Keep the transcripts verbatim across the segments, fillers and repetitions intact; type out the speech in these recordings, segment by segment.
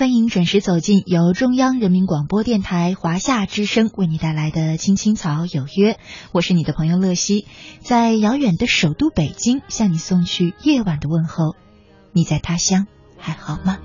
欢迎准时走进由中央人民广播电台华夏之声为你带来的青青草有约，我是你的朋友乐西，在遥远的首都北京向你送去夜晚的问候。你在他乡还好吗？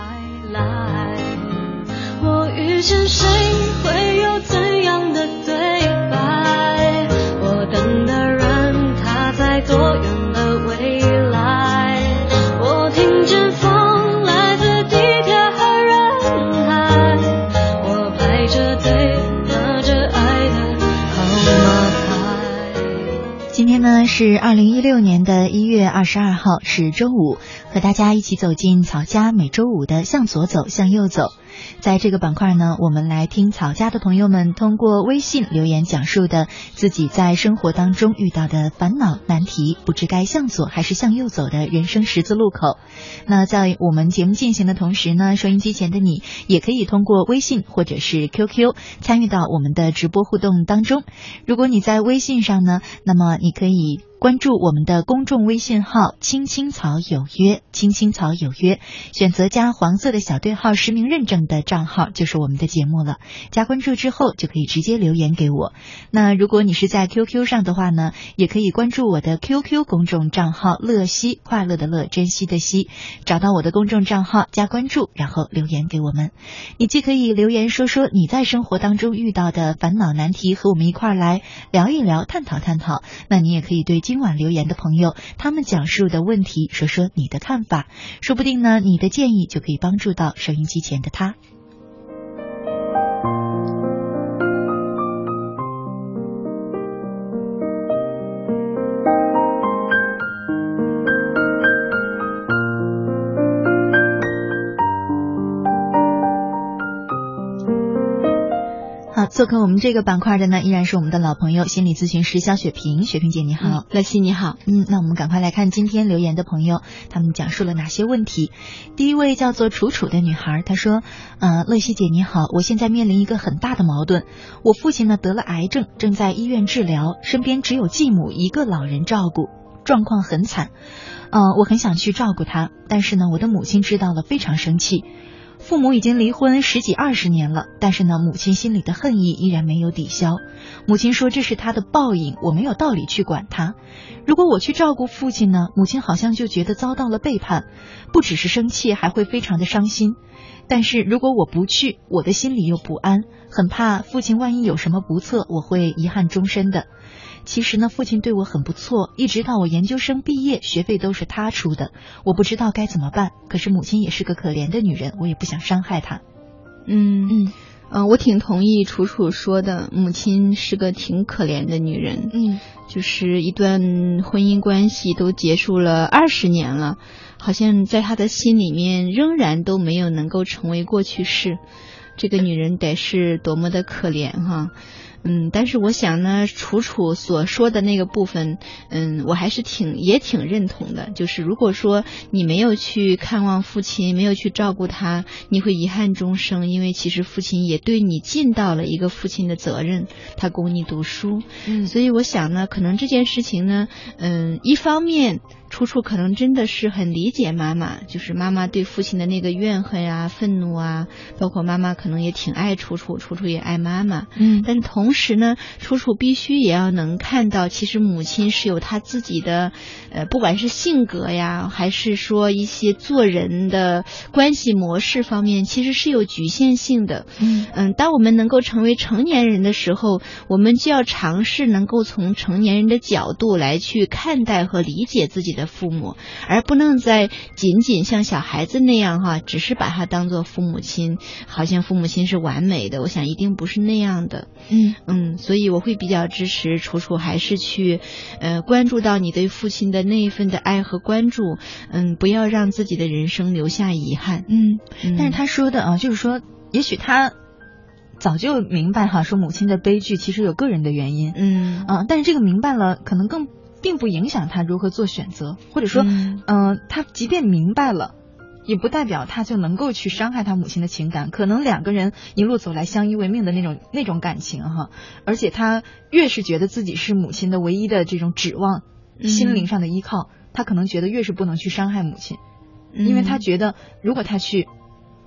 我遇见谁会有怎样的对白，我等的人他在多远的未来，我听见风来自地铁和人海，我排着队拿着爱的号码牌。 今天呢是二零一六年的一月二十二号，是周五，和大家一起走进草家每周五的向左走向右走。在这个板块呢，我们来听草家的朋友们通过微信留言讲述的自己在生活当中遇到的烦恼难题，不知该向左还是向右走的人生十字路口。那在我们节目进行的同时呢，收音机前的你也可以通过微信或者是 Q Q 参与到我们的直播互动当中。如果你在微信上呢，那么你可以关注我们的公众微信号青青草有约，青青草有约，选择加黄色的小对号实名认证的账号就是我们的节目了。加关注之后就可以直接留言给我。那如果你是在 Q Q 上的话呢，也可以关注我的 Q Q 公众账号乐西，快乐的乐，珍惜的惜，找到我的公众账号加关注，然后留言给我们。你既可以留言说说你在生活当中遇到的烦恼难题，和我们一块儿来聊一聊，探讨探讨。那你也可以对今晚留言的朋友他们讲述的问题说说你的看法，说不定呢你的建议就可以帮助到收音机前的他。好，做客我们这个板块的呢，依然是我们的老朋友心理咨询师肖雪萍。雪萍姐你好。 乐西你好。 嗯，那我们赶快来看今天留言的朋友，他们讲述了哪些问题。第一位叫做楚楚的女孩，她说呃，乐西姐你好，我现在面临一个很大的矛盾，我父亲呢得了癌症，正在医院治疗，身边只有继母一个老人照顾，状况很惨。呃，我很想去照顾他，但是呢我的母亲知道了非常生气。父母已经离婚十几二十年了，但是呢母亲心里的恨意依然没有抵消。母亲说这是她的报应，我没有道理去管她。如果我去照顾父亲呢，母亲好像就觉得遭到了背叛，不只是生气，还会非常的伤心。但是如果我不去，我的心里又不安，很怕父亲万一有什么不测，我会遗憾终身的。其实呢父亲对我很不错，一直到我研究生毕业，学费都是他出的，我不知道该怎么办。可是母亲也是个可怜的女人，我也不想伤害她。 嗯嗯呃，我挺同意楚楚说的，母亲是个挺可怜的女人。 嗯， 就是一段婚姻关系都结束了二十年了，好像在她的心里面仍然都没有能够成为过去式。这个女人得是多么的可怜哈。嗯，但是我想呢，楚楚所说的那个部分，嗯，我还是挺也挺认同的。就是如果说你没有去看望父亲，没有去照顾他，你会遗憾终生，因为其实父亲也对你尽到了一个父亲的责任，他供你读书。 嗯， 所以我想呢，可能这件事情呢，嗯，一方面楚楚可能真的是很理解妈妈，就是妈妈对父亲的那个怨恨啊、愤怒啊，包括妈妈可能也挺爱楚楚，楚楚也爱妈妈。 嗯， 但是同时呢，楚楚必须也要能看到，其实母亲是有她自己的，呃，不管是性格呀，还是说一些做人的关系模式方面，其实是有局限性的。 嗯嗯，当我们能够成为成年人的时候，我们就要尝试能够从成年人的角度来去看待和理解自己的父母，而不能再仅仅像小孩子那样哈，只是把他当做父母亲，好像父母亲是完美的。我想一定不是那样的。 嗯嗯，所以我会比较支持楚楚还是去呃关注到你对父亲的那一份的爱和关注，嗯，不要让自己的人生留下遗憾。 嗯， 嗯但是他说的啊，就是说也许他早就明白哈，说母亲的悲剧其实有个人的原因。 嗯啊，但是这个明白了，可能更并不影响他如何做选择，或者说，嗯、呃，他即便明白了，也不代表他就能够去伤害他母亲的情感。可能两个人一路走来相依为命的那种那种感情哈，而且他越是觉得自己是母亲的唯一的这种指望，心灵上的依靠，他可能觉得越是不能去伤害母亲，因为他觉得如果他去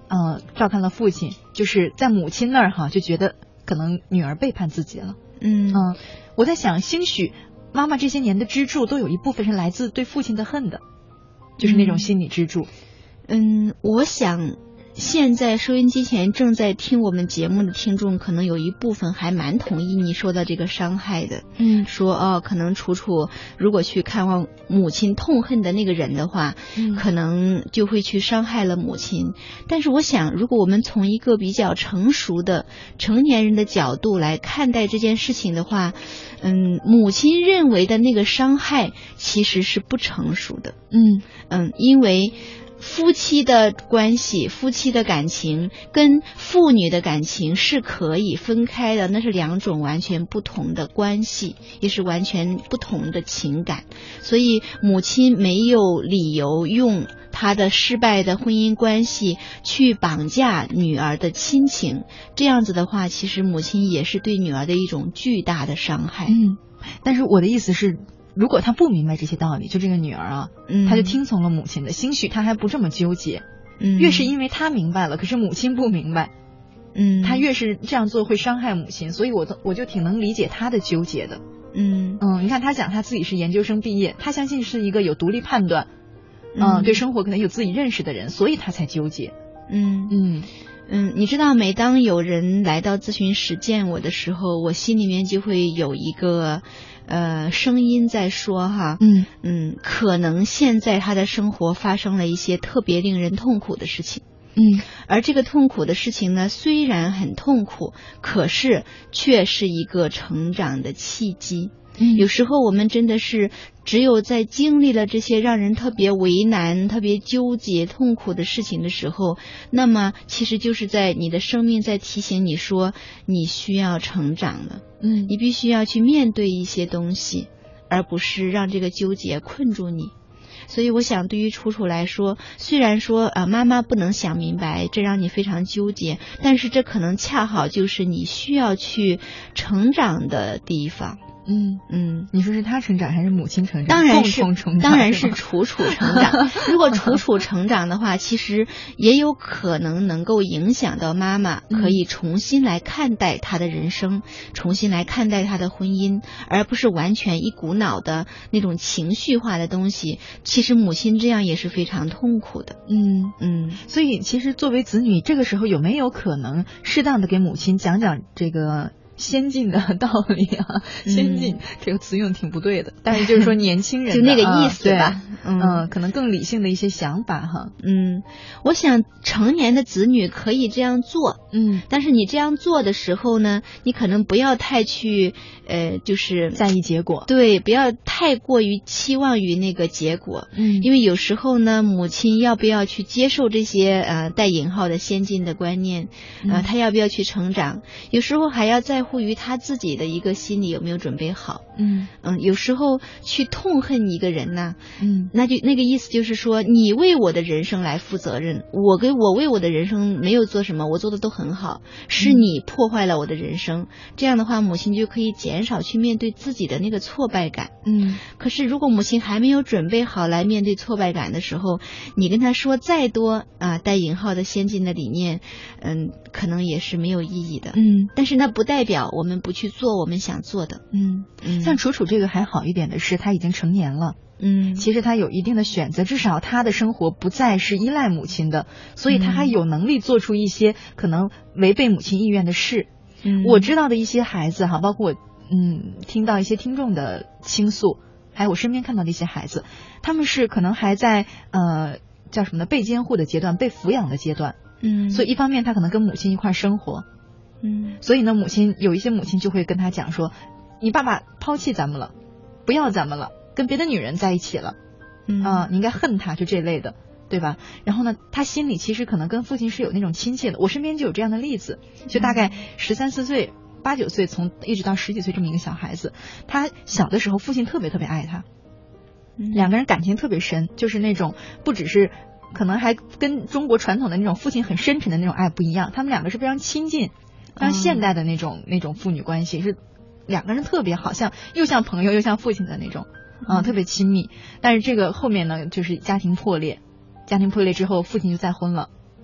呃照看了父亲，就是在母亲那儿哈就觉得可能女儿背叛自己了。 嗯嗯、呃，我在想，兴许妈妈这些年的支柱都有一部分是来自对父亲的恨的，就是那种心理支柱。 嗯，我想现在收音机前正在听我们节目的听众，可能有一部分还蛮同意你说的这个伤害的。 嗯， 说哦，可能楚楚如果去看望母亲痛恨的那个人的话， 嗯可能就会去伤害了母亲。但是我想，如果我们从一个比较成熟的成年人的角度来看待这件事情的话，嗯，母亲认为的那个伤害其实是不成熟的。 嗯嗯，因为夫妻的关系，夫妻的感情跟父女的感情是可以分开的，那是两种完全不同的关系，也是完全不同的情感。所以母亲没有理由用她的失败的婚姻关系去绑架女儿的亲情，这样子的话，其实母亲也是对女儿的一种巨大的伤害。 嗯，但是我的意思是，如果她不明白这些道理，就这个女儿啊， 嗯， 她就听从了母亲的，兴许她还不这么纠结。 嗯， 越是因为她明白了，可是母亲不明白， 嗯， 她越是这样做会伤害母亲，所以我都我就挺能理解她的纠结的。 嗯嗯，你看她讲她自己是研究生毕业，她相信是一个有独立判断， 嗯嗯，对生活可能有自己认识的人，所以她才纠结。 嗯嗯嗯，你知道，每当有人来到咨询室见我的时候，我心里面就会有一个呃声音在说哈， 嗯嗯，可能现在他的生活发生了一些特别令人痛苦的事情。 嗯而这个痛苦的事情呢，虽然很痛苦，可是却是一个成长的契机。 嗯有时候我们真的是只有在经历了这些让人特别为难、特别纠结、痛苦的事情的时候，那么其实就是在你的生命在提醒你说，你需要成长了， 嗯你必须要去面对一些东西，而不是让这个纠结困住你。所以我想，对于楚楚来说，虽然说啊、呃，妈妈不能想明白，这让你非常纠结，但是这可能恰好就是你需要去成长的地方。 嗯嗯， 你说是她成长还是母亲成长？ 当然是共同成长， 当然是是吗楚楚成长。如果楚楚成长的话，其实也有可能能够影响到妈妈， 嗯可以重新来看待她的人生，重新来看待她的婚姻，而不是完全一股脑的那种情绪化的东西。其实母亲这样也是非常痛苦的。 嗯。 嗯所以，其实作为子女，这个时候有没有可能适当的给母亲讲讲这个先进的道理啊？ 嗯先进这个词用挺不对的，但是就是说年轻人的就那个意思吧。 啊对嗯嗯，可能更理性的一些想法哈。 嗯，我想成年的子女可以这样做， 嗯， 但是你这样做的时候呢，你可能不要太去呃，就是在意结果。 对，不要太过于期望于那个结果。 嗯因为有时候呢，母亲要不要去接受这些呃带引号的先进的观念，呃， 嗯她要不要去成长，有时候还要在乎于她自己的一个心理有没有准备好。 嗯嗯，有时候去痛恨一个人呢， 嗯那就那个意思就是说，你为我的人生来负责任，我给我为我的人生没有做什么，我做的都很好，是你破坏了我的人生。这样的话，母亲就可以减少去面对自己的那个挫败感。 嗯可是如果母亲还没有准备好来面对挫败感的时候，你跟她说再多啊带引号的先进的理念，嗯，可能也是没有意义的。 嗯但是那不代表我们不去做我们想做的。 嗯， 嗯， 像楚楚这个还好一点的是，她已经成年了。 嗯， 其实他有一定的选择，至少他的生活不再是依赖母亲的，所以他还有能力做出一些可能违背母亲意愿的事。 嗯我知道的一些孩子哈，包括我嗯听到一些听众的倾诉，还有我身边看到的一些孩子，他们是可能还在呃叫什么呢被监护的阶段，被抚养的阶段。 嗯， 所以一方面他可能跟母亲一块生活， 嗯所以呢母亲有一些母亲就会跟他讲说，你爸爸抛弃咱们了，不要咱们了，跟别的女人在一起了。 嗯啊，你应该恨他，就这类的，对吧？然后呢，他心里其实可能跟父亲是有那种亲切的。我身边就有这样的例子，就大概十三四岁、八九岁，从一直到十几岁这么一个小孩子，他小的时候父亲特别特别爱他， 嗯两个人感情特别深，就是那种不只是可能还跟中国传统的那种父亲很深沉的那种爱不一样，他们两个是非常亲近、非常现代的那种、那种父女关系，是两个人特别好，像又像朋友又像父亲的那种。啊、特别亲密。但是这个后面呢，就是家庭破裂，家庭破裂之后，父亲就再婚了，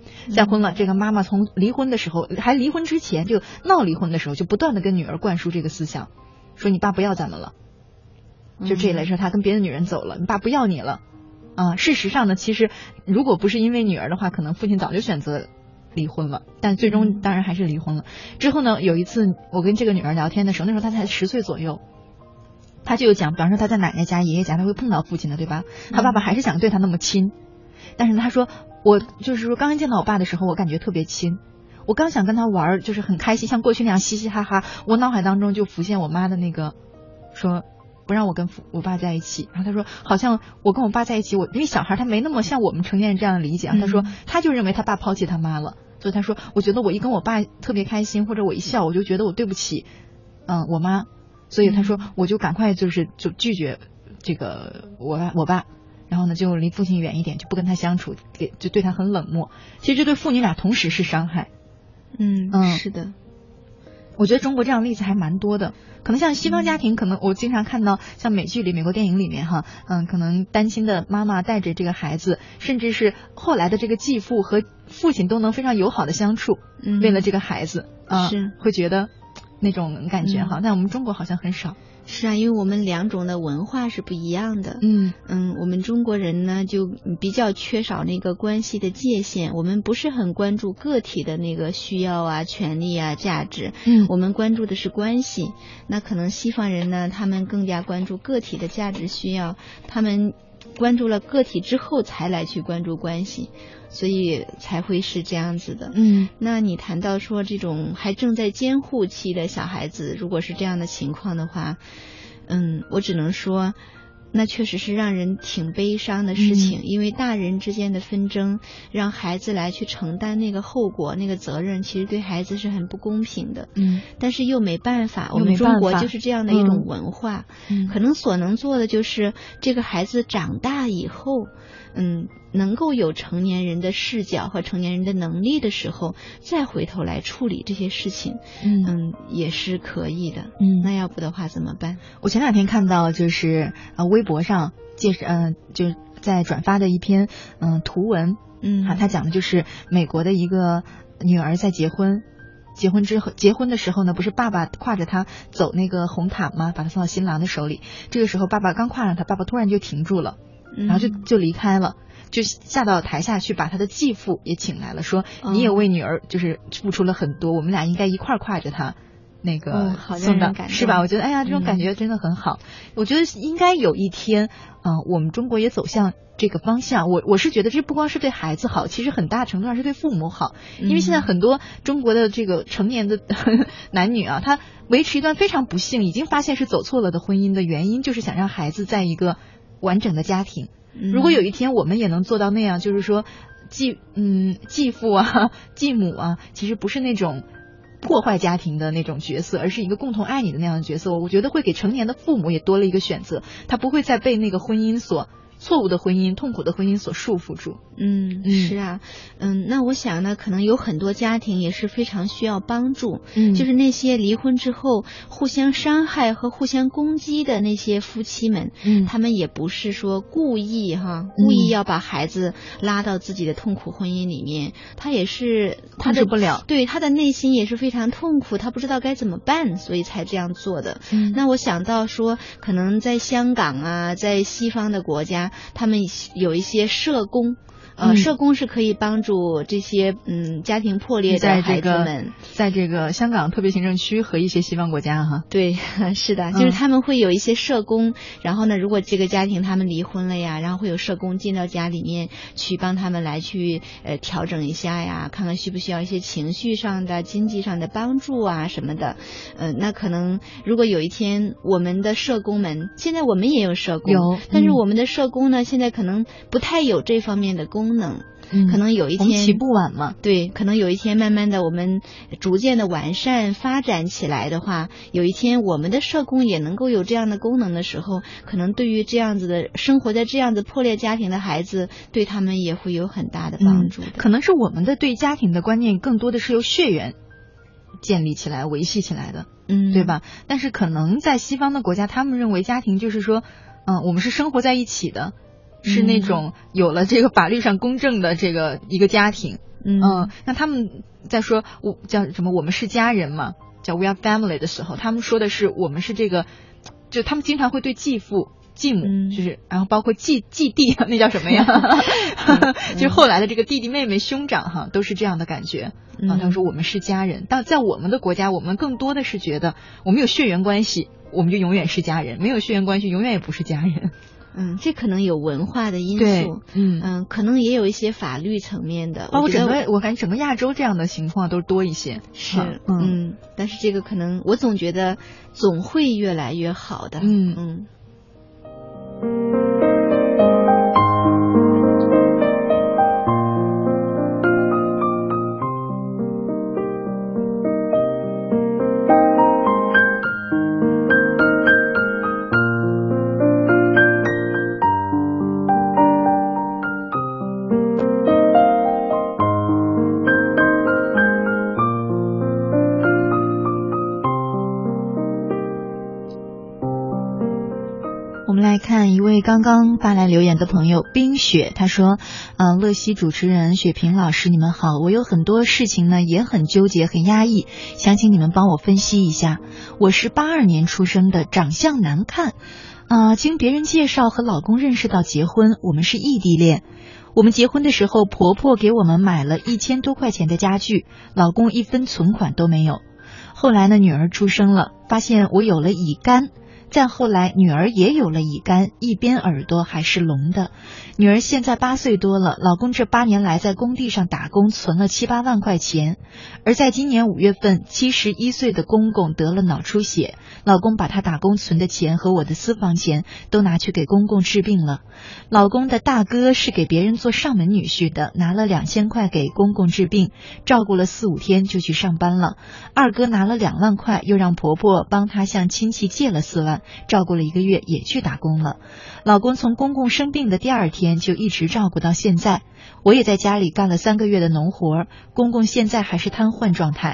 再婚了，这个妈妈从离婚的时候，还离婚之前就闹离婚的时候，就不断的跟女儿灌输这个思想，说你爸不要咱们了，就这一类事，他跟别的女人走了，你爸不要你了啊。事实上呢，其实如果不是因为女儿的话，可能父亲早就选择离婚了，但最终当然还是离婚了。之后呢，有一次我跟这个女儿聊天的时候，那时候她才十岁左右，她就有讲，比方说她在奶奶家、爷爷家，她会碰到父亲的，对吧？她爸爸还是想对她那么亲，但是她说，我就是说刚刚见到我爸的时候，我感觉特别亲。我刚想跟他玩，就是很开心，像过去那样嘻嘻哈哈，我脑海当中就浮现我妈的那个说不让我跟我爸在一起。然后他说，好像我跟我爸在一起，我因为小孩他没那么像我们成年人这样理解啊。他说他就认为他爸抛弃他妈了，所以他说我觉得我一跟我爸特别开心，或者我一笑，我就觉得我对不起嗯我妈，所以他说我就赶快就是就拒绝这个我爸我爸。然后呢，就离父亲远一点，就不跟他相处，给就对他很冷漠。其实这对父女俩同时是伤害。 嗯嗯，是的。 我觉得中国这样的例子还蛮多的，可能像西方家庭，可能我经常看到像美剧里、美国电影里面哈，嗯，可能单亲的妈妈带着这个孩子，甚至是后来的这个继父和父亲都能非常友好的相处，嗯、为了这个孩子啊， 是会觉得那种感觉哈。但我们中国好像很少。 是啊，因为我们两种的文化是不一样的。 嗯嗯，我们中国人呢就比较缺少那个关系的界限，我们不是很关注个体的那个需要啊、权利啊、价值。 嗯， 我们关注的是关系。那可能西方人呢，他们更加关注个体的价值需要，他们关注了个体之后才来去关注关系。所以才会是这样子的。 嗯， 那你谈到说这种还正在监护期的小孩子，如果是这样的情况的话，嗯，我只能说那确实是让人挺悲伤的事情。嗯、因为大人之间的纷争让孩子来去承担那个后果那个责任，其实对孩子是很不公平的。 嗯， 但是又没办法，我们中国就是这样的一种文化。 嗯， 可能所能做的就是这个孩子长大以后嗯，能够有成年人的视角和成年人的能力的时候，再回头来处理这些事情， 嗯嗯，也是可以的。 嗯， 那要不的话怎么办？ 我前两天看到就是呃微博上介绍，呃就在转发的一篇嗯、呃、图文， 嗯， 啊，他讲的就是美国的一个女儿在结婚。结婚之后，结婚的时候呢，不是爸爸挎着她走那个红毯吗？把她送到新郎的手里。这个时候，爸爸刚挎上她，爸爸突然就停住了。然后就就离开了，就下到台下去，把他的继父也请来了，说你也为女儿就是付出了很多，我们俩应该一块儿挎着她那个送到，是吧？我觉得哎呀，这种感觉真的很好。嗯、我觉得应该有一天，嗯、呃，我们中国也走向这个方向。我我是觉得这不光是对孩子好，其实很大程度上是对父母好，因为现在很多中国的这个成年的男女啊，他维持一段非常不幸，已经发现是走错了的婚姻的原因，就是想让孩子在一个完整的家庭。如果有一天我们也能做到那样，就是说继嗯继父啊继母啊其实不是那种破坏家庭的那种角色，而是一个共同爱你的那样的角色，我觉得会给成年的父母也多了一个选择，他不会再被那个婚姻所错误的婚姻痛苦的婚姻所束缚住。 嗯，是啊，嗯，那我想呢，可能有很多家庭也是非常需要帮助， 嗯， 就是那些离婚之后互相伤害和互相攻击的那些夫妻们， 嗯， 他们也不是说故意哈，故意要把孩子拉到自己的痛苦婚姻里面，他也是控制不了， 对，他的内心也是非常痛苦，他不知道该怎么办，所以才这样做的。 嗯， 那我想到说，可能在香港啊，在西方的国家，他们有一些社工。呃，社工是可以帮助这些嗯家庭破裂的孩子们， 在这个香港特别行政区和一些西方国家哈， 对，是的，就是他们会有一些社工，嗯、然后呢，如果这个家庭他们离婚了呀，然后会有社工进到家里面去帮他们来去呃调整一下呀，看看需不需要一些情绪上的、经济上的帮助啊什么的。嗯、呃，那可能如果有一天我们的社工们，现在我们也有社工， 有， 但是我们的社工呢，现在可能不太有这方面的功能。功能， 嗯， 可能有一天起步晚嘛， 对，可能有一天慢慢的我们逐渐的完善发展起来的话，有一天我们的社工也能够有这样的功能的时候，可能对于这样子的生活在这样子破裂家庭的孩子，对他们也会有很大的帮助的。 嗯、可能是我们的对家庭的观念更多的是由血缘建立起来、维系起来的， 嗯， 对吧？但是可能在西方的国家，他们认为家庭就是说，嗯、呃，我们是生活在一起的。 是那种有了这个法律上公正的这个一个家庭。 嗯， 呃、那他们在说我叫什么我们是家人嘛，叫 we are family 的时候，他们说的是我们是这个，就他们经常会对继父继母、嗯、就是然后包括继继弟那叫什么呀嗯、就是后来的这个弟弟妹妹兄长哈都是这样的感觉、嗯、啊。他们说我们是家人，但在我们的国家我们更多的是觉得我们有血缘关系我们就永远是家人，没有血缘关系永远也不是家人。 嗯，这可能有文化的因素， 嗯嗯，可能也有一些法律层面的， 包括整个我感觉整个亚洲这样的情况都多一些。 是，嗯，嗯但是这个可能我总觉得总会越来越好的， 嗯嗯。 来看一位刚刚发来留言的朋友冰雪，他说嗯、呃，乐西主持人雪萍老师你们好，我有很多事情呢也很纠结很压抑，想请你们帮我分析一下。我是八二年出生的，长相难看啊、呃，经别人介绍和老公认识到结婚，我们是异地恋。我们结婚的时候婆婆给我们买了一千多块钱的家具，老公一分存款都没有。后来呢女儿出生了，发现我有了乙肝，再后来女儿也有了乙肝，一边耳朵还是聋的。女儿现在八岁多了，老公这八年来在工地上打工存了七八万块钱。而在今年五月份，七十一岁的公公得了脑出血，老公把他打工存的钱和我的私房钱都拿去给公公治病了。老公的大哥是给别人做上门女婿的，拿了两千块给公公治病，照顾了四五天就去上班了。二哥拿了两万块，又让婆婆帮他向亲戚借了四万，照顾了一个月也去打工了。老公从公公生病的第二天就一直照顾到现在，我也在家里干了三个月的农活，公公现在还是瘫痪状态。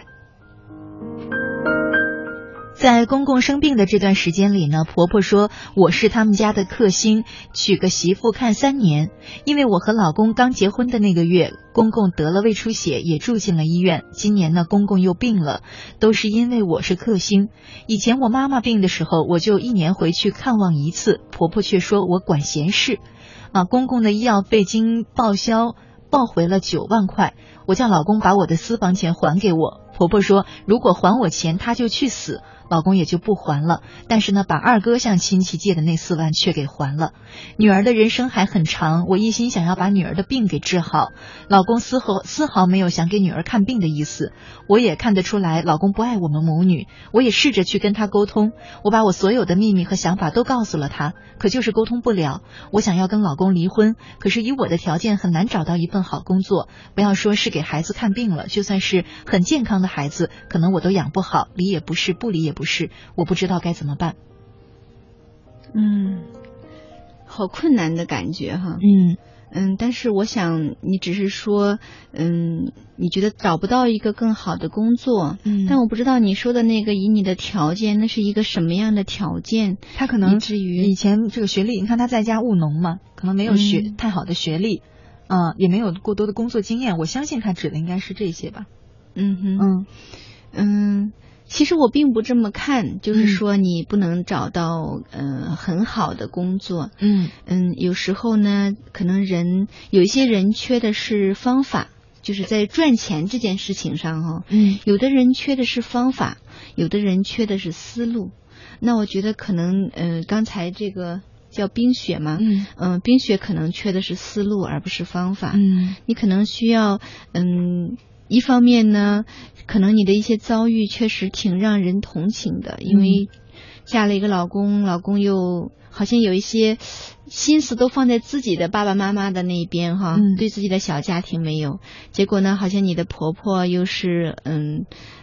在公公生病的这段时间里呢，婆婆说我是他们家的克星，娶个媳妇看三年。因为我和老公刚结婚的那个月，公公得了胃出血，也住进了医院。今年呢，公公又病了，都是因为我是克星。以前我妈妈病的时候，我就一年回去看望一次，婆婆却说我管闲事。啊，公公的医药费经报销报回了九万块，我叫老公把我的私房钱还给我。婆婆说如果还我钱他就去死，老公也就不还了，但是呢把二哥向亲戚借的那四万却给还了。女儿的人生还很长，我一心想要把女儿的病给治好，老公丝毫丝毫没有想给女儿看病的意思。我也看得出来老公不爱我们母女，我也试着去跟他沟通，我把我所有的秘密和想法都告诉了他，可就是沟通不了。我想要跟老公离婚，可是以我的条件很难找到一份好工作，不要说是给孩子看病了，就算是很健康的孩子可能我都养不好，离也不是不离也不是，我不知道该怎么办。 嗯，好困难的感觉哈。 嗯嗯，但是我想你只是说，嗯，你觉得找不到一个更好的工作， 嗯， 但我不知道你说的那个以你的条件，那是一个什么样的条件？ 他可能以至于以前这个学历，你看他在家务农嘛，可能没有学、嗯、太好的学历，啊、呃，也没有过多的工作经验。我相信他指的应该是这些吧。 嗯哼， 嗯嗯。其实我并不这么看，就是说你不能找到呃很好的工作。 嗯嗯，有时候呢，可能人有一些人缺的是方法，就是在赚钱这件事情上哈、哦。 嗯， 有的人缺的是方法，有的人缺的是思路。那我觉得可能呃刚才这个叫冰雪嘛， 嗯嗯、呃，冰雪可能缺的是思路而不是方法。 嗯， 你可能需要嗯。一方面呢，可能你的一些遭遇确实挺让人同情的，因为嫁了一个老公，老公又好像有一些心思都放在自己的爸爸妈妈的那边哈、 嗯， 对自己的小家庭没有。结果呢，好像你的婆婆又是嗯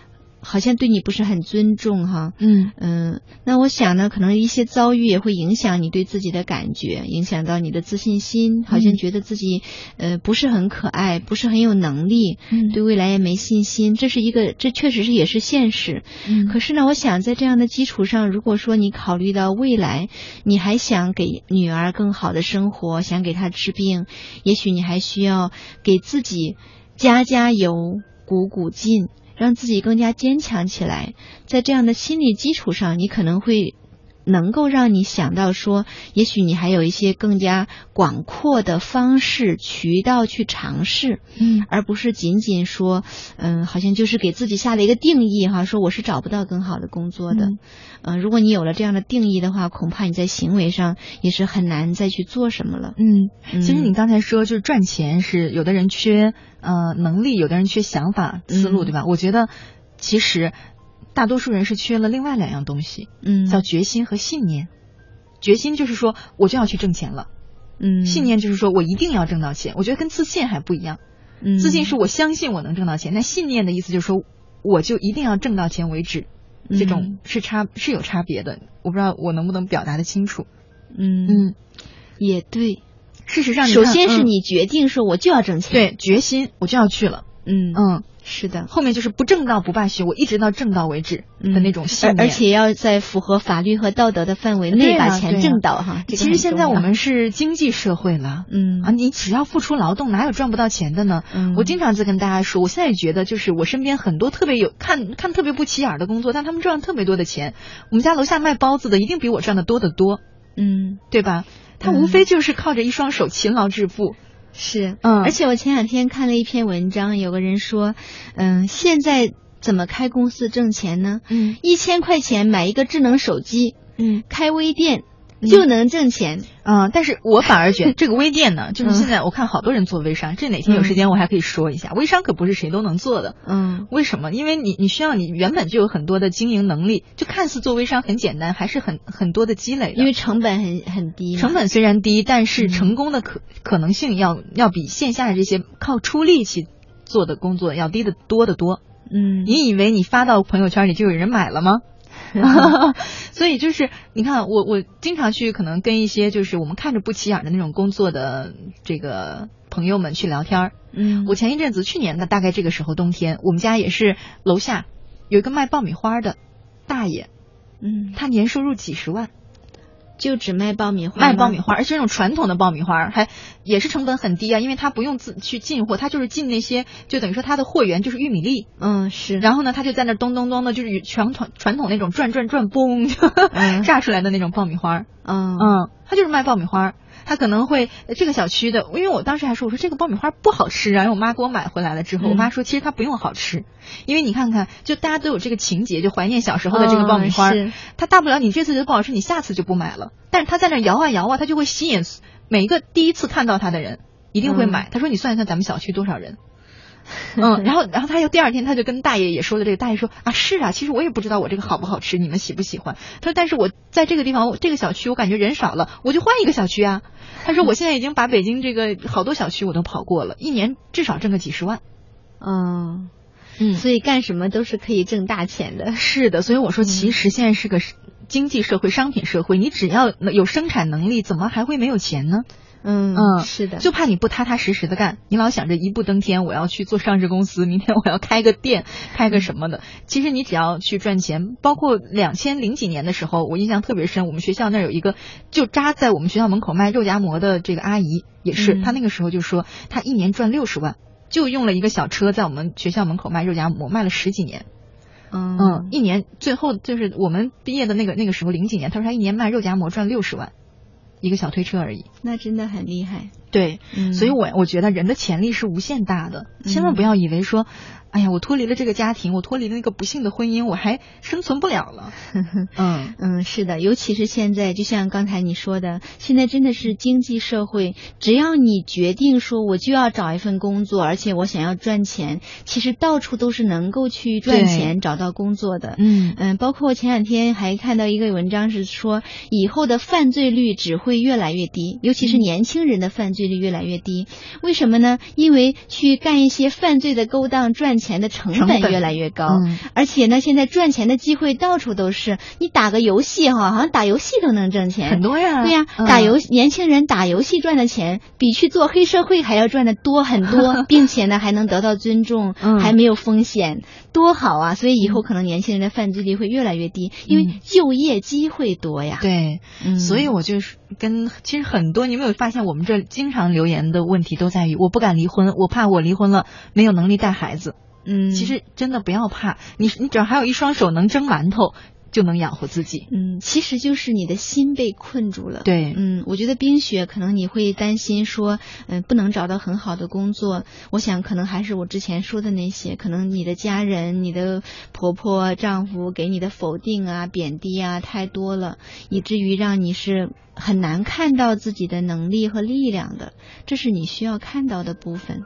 好像对你不是很尊重哈。 嗯嗯，那我想呢，可能一些遭遇也会影响你对自己的感觉，影响到你的自信心，好像觉得自己呃不是很可爱，不是很有能力， 嗯对未来也没信心，这是一个，这确实是也是现实。 嗯可是呢，我想在这样的基础上，如果说你考虑到未来，你还想给女儿更好的生活，想给她治病，也许你还需要给自己加加油，鼓鼓劲，让自己更加坚强起来。在这样的心理基础上，你可能会能够让你想到说，也许你还有一些更加广阔的方式渠道去尝试， 嗯而不是仅仅说嗯好像就是给自己下了一个定义哈，说我是找不到更好的工作的。 嗯呃如果你有了这样的定义的话，恐怕你在行为上也是很难再去做什么了。 嗯， 嗯其实你刚才说就是赚钱是有的人缺呃能力，有的人缺想法思路， 嗯对吧？我觉得其实大多数人是缺了另外两样东西， 嗯叫决心和信念。决心就是说我就要去挣钱了， 嗯信念就是说我一定要挣到钱。我觉得跟自信还不一样， 嗯自信是我相信我能挣到钱，那信念的意思就是说我就一定要挣到钱为止，这种嗯是差是有差别的。我不知道我能不能表达得清楚。 嗯嗯， 也对。 事实上你看首先是嗯你决定说我就要挣钱， 对决心我就要去了， 嗯嗯， 是的。 后面就是不挣到不罢休，我一直到挣到为止的那种信念。 嗯而而且要在符合法律和道德的范围对内啊把钱挣到哈。这个其实很重要现在我们是经济社会了， 嗯啊，你只要付出劳动，哪有赚不到钱的呢？ 嗯我经常在跟大家说，我现在也觉得，就是我身边很多特别有看看特别不起眼的工作，但他们赚特别多的钱。我们家楼下卖包子的一定比我赚的多得多， 嗯对吧？他无非就是靠着一双手勤劳致富。 是， 嗯而且我前两天看了一篇文章，有个人说，嗯，现在怎么开公司挣钱呢？ 嗯一千块钱买一个智能手机， 嗯开微店就能挣钱。 嗯，但是我反而觉得这个微店呢，就是现在我看好多人做微商，这哪天有时间我还可以说一下，微商可不是谁都能做的。 嗯为什么？因为你你需要你原本就有很多的经营能力，就看似做微商很简单，还是很很多的积累的。 因为成本很很低嘛， 成本虽然低，但是成功的可、可能性要要比线下的这些靠出力气做的工作要低得多得多。 嗯你以为你发到朋友圈里就有人买了吗？所以就是你看，我我经常去可能跟一些就是我们看着不起眼的那种工作的这个朋友们去聊天儿。 嗯我前一阵子去年的大概这个时候冬天，我们家也是楼下有一个卖爆米花的大爷， 嗯他年收入几十万。 就只卖爆米花吗， 卖爆米花，而且那种传统的爆米花还也是成本很低啊，因为他不用自去进货，他就是进那些，就等于说他的货源就是玉米粒， 嗯是， 然后呢，他就在那咚咚咚的，就是传统传统那种转转转嘣就嗯炸出来的那种爆米花， 嗯嗯，他就是卖爆米花。他可能会这个小区的，因为我当时还说，我说这个爆米花不好吃啊，因为我妈给我买回来了之后， 嗯我妈说其实它不用好吃，因为你看看，就大家都有这个情节，就怀念小时候的这个爆米花， 嗯是它大不了你这次觉得不好吃，你下次就不买了，但是它在那摇啊摇啊，它就会吸引每一个第一次看到它的人一定会买。 嗯他说你算一算咱们小区多少人。嗯，然后，然后他又第二天他就跟大爷也说了这个，大爷说啊，是啊，其实我也不知道我这个好不好吃，你们喜不喜欢？他说，但是我在这个地方，我这个小区我感觉人少了，我就换一个小区啊。他说，我现在已经把北京这个好多小区我都跑过了，一年至少挣个几十万。 嗯嗯， 所以干什么都是可以挣大钱的。 是的，所以我说，其实现在是个经济社会、商品社会，你只要有生产能力，怎么还会没有钱呢？ 嗯嗯， 是的， 就怕你不踏踏实实的干，你老想着一步登天，我要去做上市公司，明天我要开个店，开个什么的。其实你只要去赚钱，包括两千零几年的时候，我印象特别深，我们学校那儿有一个就扎在我们学校门口卖肉夹馍的这个阿姨，也是， 嗯她那个时候就说，她一年赚六十万，就用了一个小车在我们学校门口卖肉夹馍，卖了十几年。 嗯嗯，一年最后就是我们毕业的那个那个时候零几年，她说她一年卖肉夹馍赚六十万，一个小推车而已。 那真的很厉害。 对， 嗯所以我我觉得人的潜力是无限大的，千万不要以为说，哎呀，我脱离了这个家庭，我脱离了那个不幸的婚姻，我还生存不了了。嗯嗯，是的，尤其是现在，就像刚才你说的，现在真的是经济社会，只要你决定说我就要找一份工作，而且我想要赚钱，其实到处都是能够去赚钱、找到工作的。 嗯嗯，包括前两天还看到一个文章是说，以后的犯罪率只会越来越低，尤其是年轻人的犯罪罪率越来越低。为什么呢？因为去干一些犯罪的勾当赚钱的成本越来越高，嗯、而且呢，现在赚钱的机会到处都是。你打个游戏哈，好像打游戏都能挣钱， 很多呀。 对呀，嗯、打游年轻人打游戏赚的钱，比去做黑社会还要赚的多很多，并且呢还能得到尊重，嗯、还没有风险，多好啊！所以以后可能年轻人的犯罪率会越来越低，因为就业机会多呀。 对，嗯、所以我就是跟其实很多，你有没有发现我们这经常留言的问题都在于，我不敢离婚，我怕我离婚了没有能力带孩子。 嗯， 其实真的不要怕，你你只要还有一双手能蒸馒头，就能养活自己。 嗯，其实就是你的心被困住了。 对， 嗯，我觉得冰雪可能你会担心说，嗯、呃，不能找到很好的工作。我想可能还是我之前说的那些，可能你的家人、你的婆婆、丈夫给你的否定啊、贬低啊太多了，以至于让你是很难看到自己的能力和力量的。这是你需要看到的部分。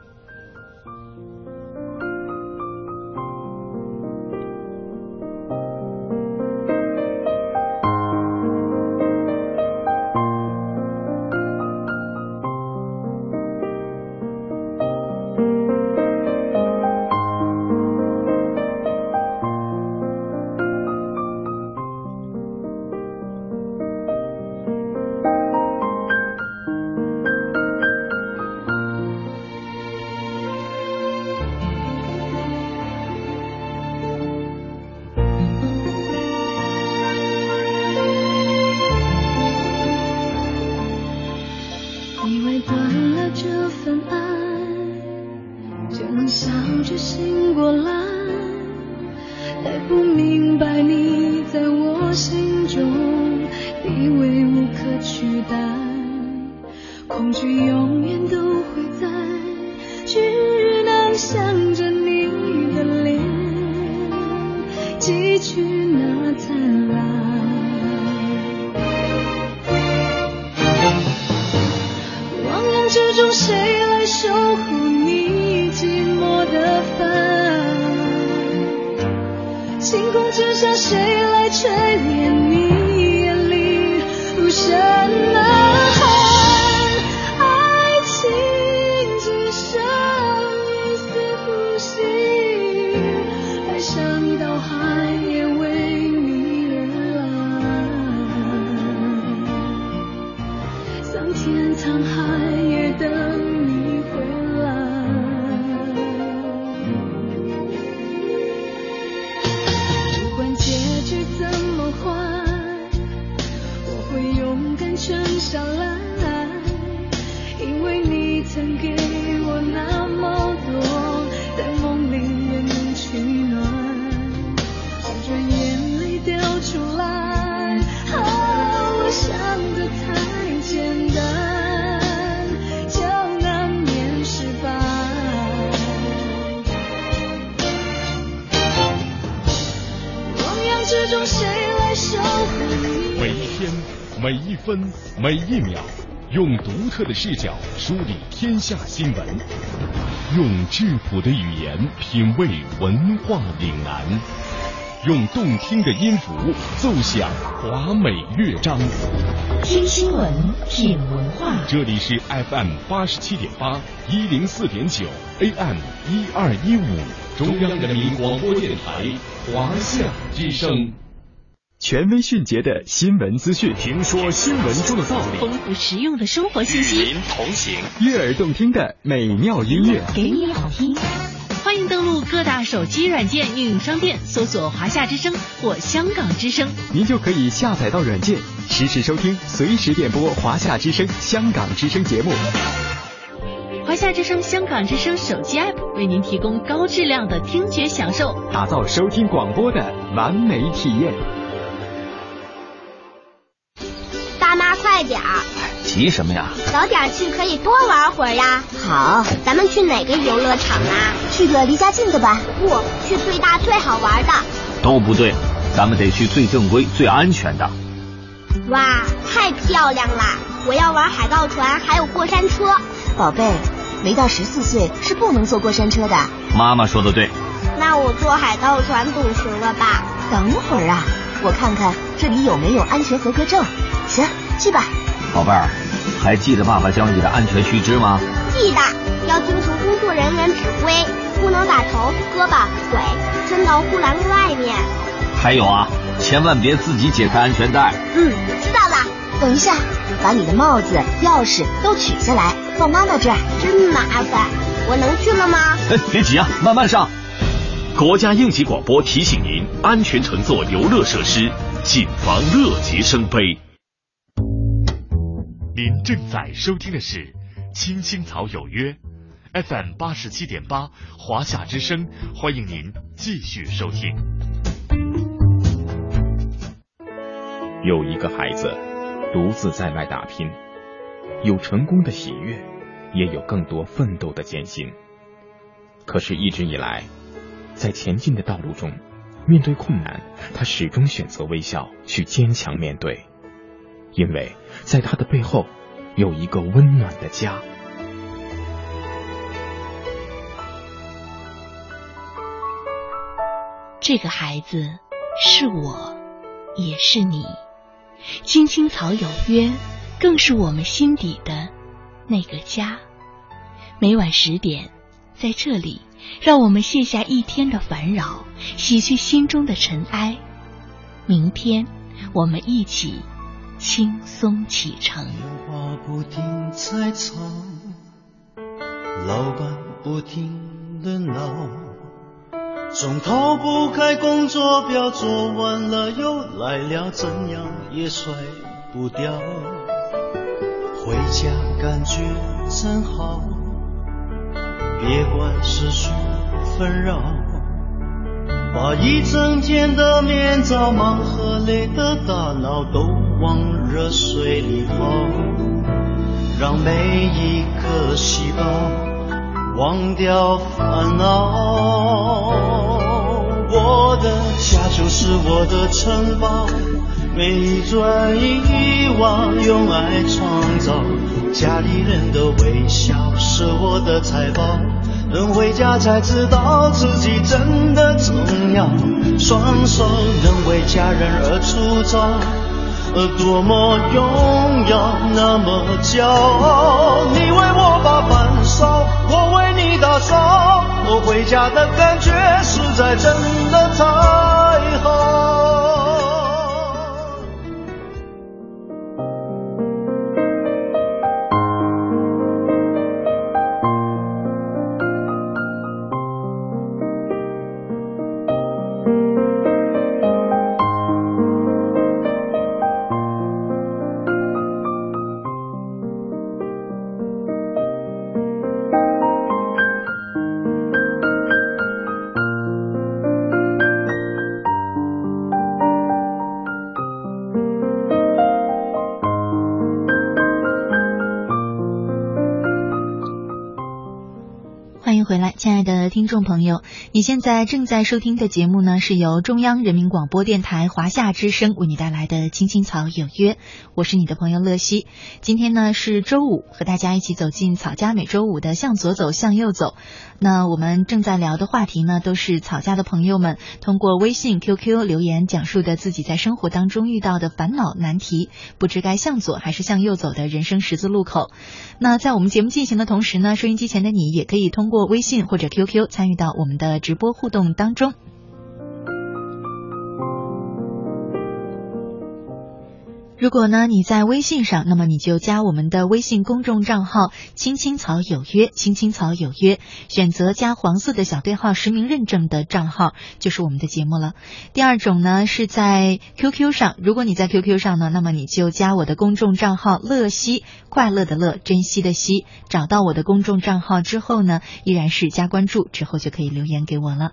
每一秒，用独特的视角梳理天下新闻，用质朴的语言品味文化岭南，用动听的音符奏响华美乐章。 听新闻，品文化。 这里是 F M 八十七点八，一零四点九 A M 一二一五，中央人民广播电台华夏之声。 权威迅捷的新闻资讯， 评说新闻中的道理， 丰富实用的生活信息， 与您同行， 悦耳动听的美妙音乐， 给你好听。欢迎登录各大手机软件应用商店，搜索华夏之声或香港之声， 您就可以下载到软件，实时收听，随时点播华夏之声、香港之声节目。 华夏之声、香港之声手机 App 为您提供高质量的听觉享受， 打造收听广播的完美体验。 爸妈快点儿！ 急什么呀？ 早点去可以多玩会儿呀。 好， 咱们去哪个游乐场啊？ 去个离家近的吧。 不，去最大最好玩的。 都不对，咱们得去最正规、最安全的。 哇，太漂亮啦！我要玩海盗船，还有过山车。 宝贝，没到十四岁是不能坐过山车的。 妈妈说的对。 那我坐海盗船总行了吧？ 等会儿啊，我看看这里有没有安全合格证。行，去吧。 宝贝儿， 还记得爸爸教你的安全须知吗？ 记得，要听从工作人员指挥，不能把头、胳膊、腿伸到护栏外面。 还有啊，千万别自己解开安全带。 嗯，知道了。 等一下，把你的帽子、钥匙都取下来，放妈妈这儿。 真麻烦，我能去了吗？ 哎，别急啊，慢慢上。 国家应急广播提醒您：安全乘坐游乐设施，谨防乐极生悲。您正在收听的是青青草有约 F M 八十七点八华夏之声，欢迎您继续收听。 有一个孩子独自在外打拼，有成功的喜悦，也有更多奋斗的艰辛。可是一直以来，在前进的道路中，面对困难，他始终选择微笑，去坚强面对，因为在他的背后有一个温暖的家。 这个孩子是我，也是你。青青草有约，更是我们心底的那个家。每晚十点，在这里，让我们卸下一天的烦扰，洗去心中的尘埃。明天，我们一起轻松启程。 电话不停在吵，老板不停地闹，总逃不开工作表，做完了又来了，怎样也甩不掉。回家感觉真好，别管世俗纷扰，把一整天的面罩、忙和累的大脑都往热水里泡，让每一颗细胞忘掉烦恼。我的家就是我的城堡，每一砖一瓦用爱创造，家里人的微笑是我的财宝，能回家才知道自己真的重要，双手能为家人而出招，多么荣耀，那么骄傲。你为我把饭烧，我为你打扫，我回家的感觉实在真的太好。 回来，亲爱的听众朋友，你现在正在收听的节目呢，是由中央人民广播电台华夏之声为你带来的青青草有约，我是你的朋友乐西。今天呢是周五，和大家一起走进草家每周五的向左走向右走。那我们正在聊的话题呢，都是草家的朋友们通过微信 Q Q 留言讲述的自己在生活当中遇到的烦恼难题，不知该向左还是向右走的人生十字路口。那在我们节目进行的同时呢，收音机前的你也可以通过微信或者 Q Q 参与到我们的直播互动当中。如果呢你在微信上，那么你就加我们的微信公众账号青青草有约，青青草有约，选择加黄色的小对号实名认证的账号，就是我们的节目了。第二种呢是在 Q Q 上，如果你在 Q Q 上呢，那么你就加我的公众账号乐西，快乐的乐，珍惜的惜，找到我的公众账号之后呢，依然是加关注，之后就可以留言给我了。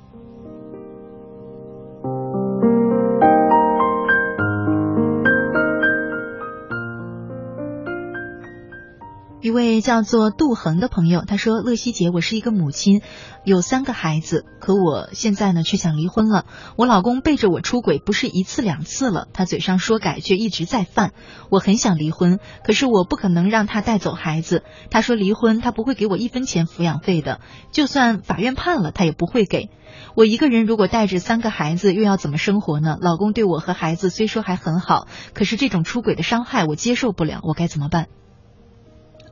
一位叫做杜恒的朋友，他说：乐西姐，我是一个母亲，有三个孩子，可我现在呢却想离婚了。我老公背着我出轨不是一次两次了，他嘴上说改却一直在犯。我很想离婚，可是我不可能让他带走孩子。他说离婚他不会给我一分钱抚养费的，就算法院判了他也不会给。我一个人如果带着三个孩子又要怎么生活呢？老公对我和孩子虽说还很好，可是这种出轨的伤害我接受不了，我该怎么办？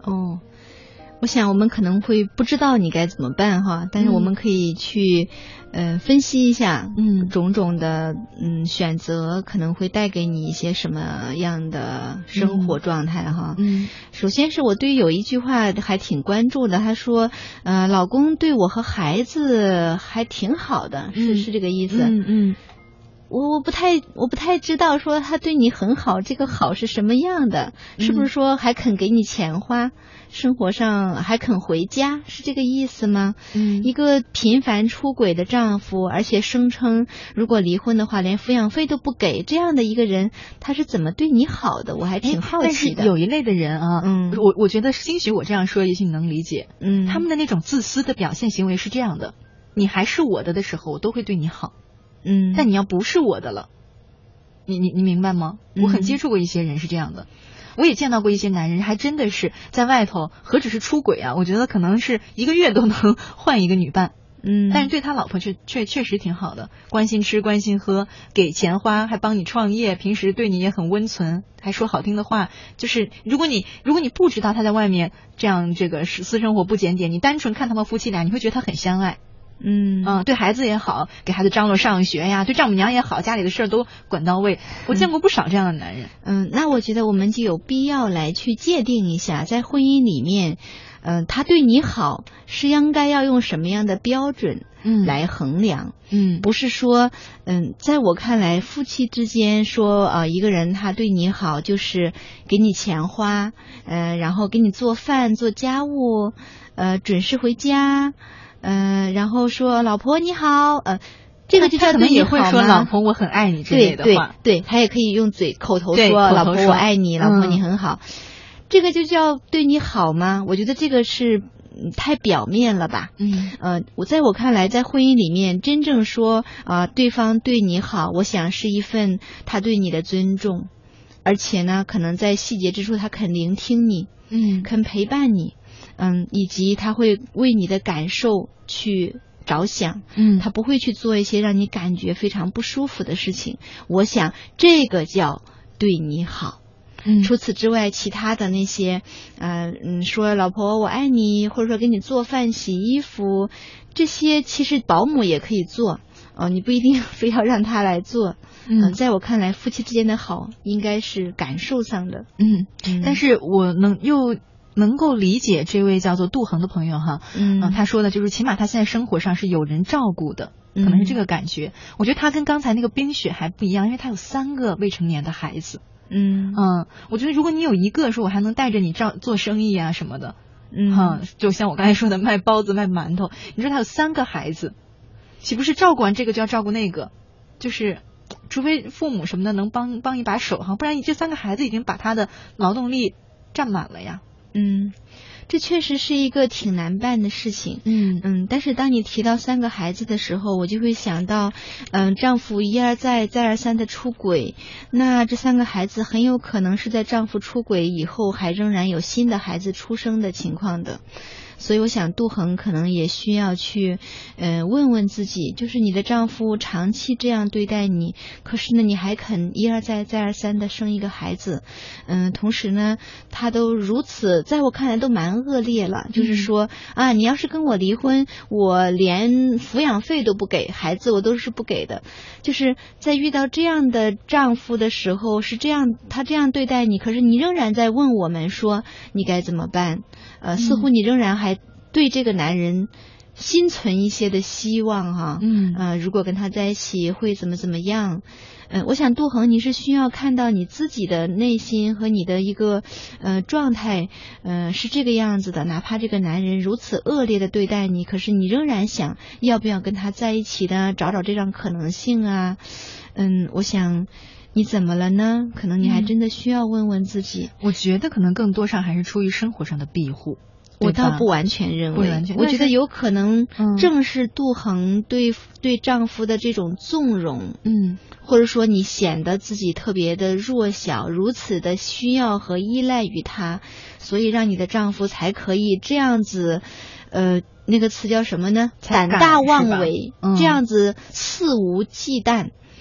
哦，我想我们可能会不知道你该怎么办哈，但是我们可以去呃分析一下，嗯，种种的嗯选择可能会带给你一些什么样的生活状态哈。嗯，首先是我对有一句话还挺关注的，他说呃老公对我和孩子还挺好的，是、嗯、是这个意思。嗯嗯。我我不太我不太知道说他对你很好，这个好是什么样的？是不是说还肯给你钱花，生活上还肯回家，是这个意思吗？嗯，一个频繁出轨的丈夫，而且声称如果离婚的话连抚养费都不给，这样的一个人，他是怎么对你好的？我还挺好奇的。 但是有一类的人啊，嗯，我我觉得兴许我这样说也许你能理解，嗯，他们的那种自私的表现行为是这样的：你还是我的的时候，我都会对你好。嗯，但你要不是我的了，你你你明白吗？我很接触过一些人是这样的，我也见到过一些男人，还真的是在外头何止是出轨啊，我觉得可能是一个月都能换一个女伴。嗯，但是对他老婆却确确实挺好的，关心吃关心喝，给钱花，还帮你创业，平时对你也很温存，还说好听的话。就是如果你如果你不知道他在外面这样这个私生活不检点，你单纯看他们夫妻俩，你会觉得他很相爱。嗯嗯，对孩子也好，给孩子张罗上学呀，对丈母娘也好，家里的事儿都管到位。我见过不少这样的男人。 嗯，那我觉得我们就有必要来去界定一下，在婚姻里面，嗯、呃，他对你好是应该要用什么样的标准来衡量？嗯，不是说，嗯，在我看来，夫妻之间说啊、呃，一个人他对你好就是给你钱花，呃，然后给你做饭做家务，呃，准时回家。嗯、呃，然后说老婆你好，呃，这个就叫对你好吗？ 他可能也会说老婆我很爱你之类的话。 对对对，他也可以用嘴口头说老婆我爱你，老婆你很好，嗯、这个就叫对你好吗？我觉得这个是太表面了吧。嗯，呃，我在我看来，在婚姻里面真正说啊、呃，对方对你好，我想是一份他对你的尊重，而且呢，可能在细节之处他肯聆听你，嗯，肯陪伴你。嗯，以及他会为你的感受去着想，嗯，他不会去做一些让你感觉非常不舒服的事情。我想这个叫对你好。嗯，除此之外，其他的那些，呃，嗯，说老婆我爱你，或者说给你做饭、洗衣服，这些其实保姆也可以做，哦，你不一定非要让他来做。嗯、呃，在我看来，夫妻之间的好应该是感受上的。 嗯，嗯但是我能又。能够理解这位叫做杜恒的朋友哈，嗯、呃，他说的就是起码他现在生活上是有人照顾的，可能是这个感觉。嗯、我觉得他跟刚才那个冰雪还不一样，因为他有三个未成年的孩子。嗯嗯，我觉得如果你有一个，说我还能带着你照做生意啊什么的，嗯，哈，就像我刚才说的卖包子卖馒头，你说他有三个孩子，岂不是照顾完这个就要照顾那个？就是除非父母什么的能帮帮一把手哈，不然你这三个孩子已经把他的劳动力占满了呀。 嗯，这确实是一个挺难办的事情。嗯嗯，但是当你提到三个孩子的时候，我就会想到，嗯、呃，丈夫一而再再而三的出轨，那这三个孩子很有可能是在丈夫出轨以后还仍然有新的孩子出生的情况的。所以我想杜恒可能也需要去呃问问自己，就是你的丈夫长期这样对待你，可是呢你还肯一而再再而三的生一个孩子，嗯、呃，同时呢他都如此，在我看来都蛮恶劣了，就是说啊，你要是跟我离婚，我连抚养费都不给，孩子我都是不给的。就是在遇到这样的丈夫的时候，是这样他这样对待你，可是你仍然在问我们说你该怎么办，呃，似乎你仍然还对这个男人心存一些的希望哈，嗯，呃，如果跟他在一起会怎么怎么样，嗯、呃，我想杜恒你是需要看到你自己的内心和你的一个呃状态，呃是这个样子的，哪怕这个男人如此恶劣的对待你，可是你仍然想要不要跟他在一起的，找找这种可能性啊，嗯，我想。你怎么了呢？可能你还真的需要问问自己。 嗯、我觉得可能更多上还是出于生活上的庇护。 我倒不完全认为，我觉得有可能正是杜恒对、嗯、对丈夫的这种纵容，嗯，或者说你显得自己特别的弱小，如此的需要和依赖于他，所以让你的丈夫才可以这样子，呃，那个词叫什么呢？胆大妄为，嗯、这样子肆无忌惮。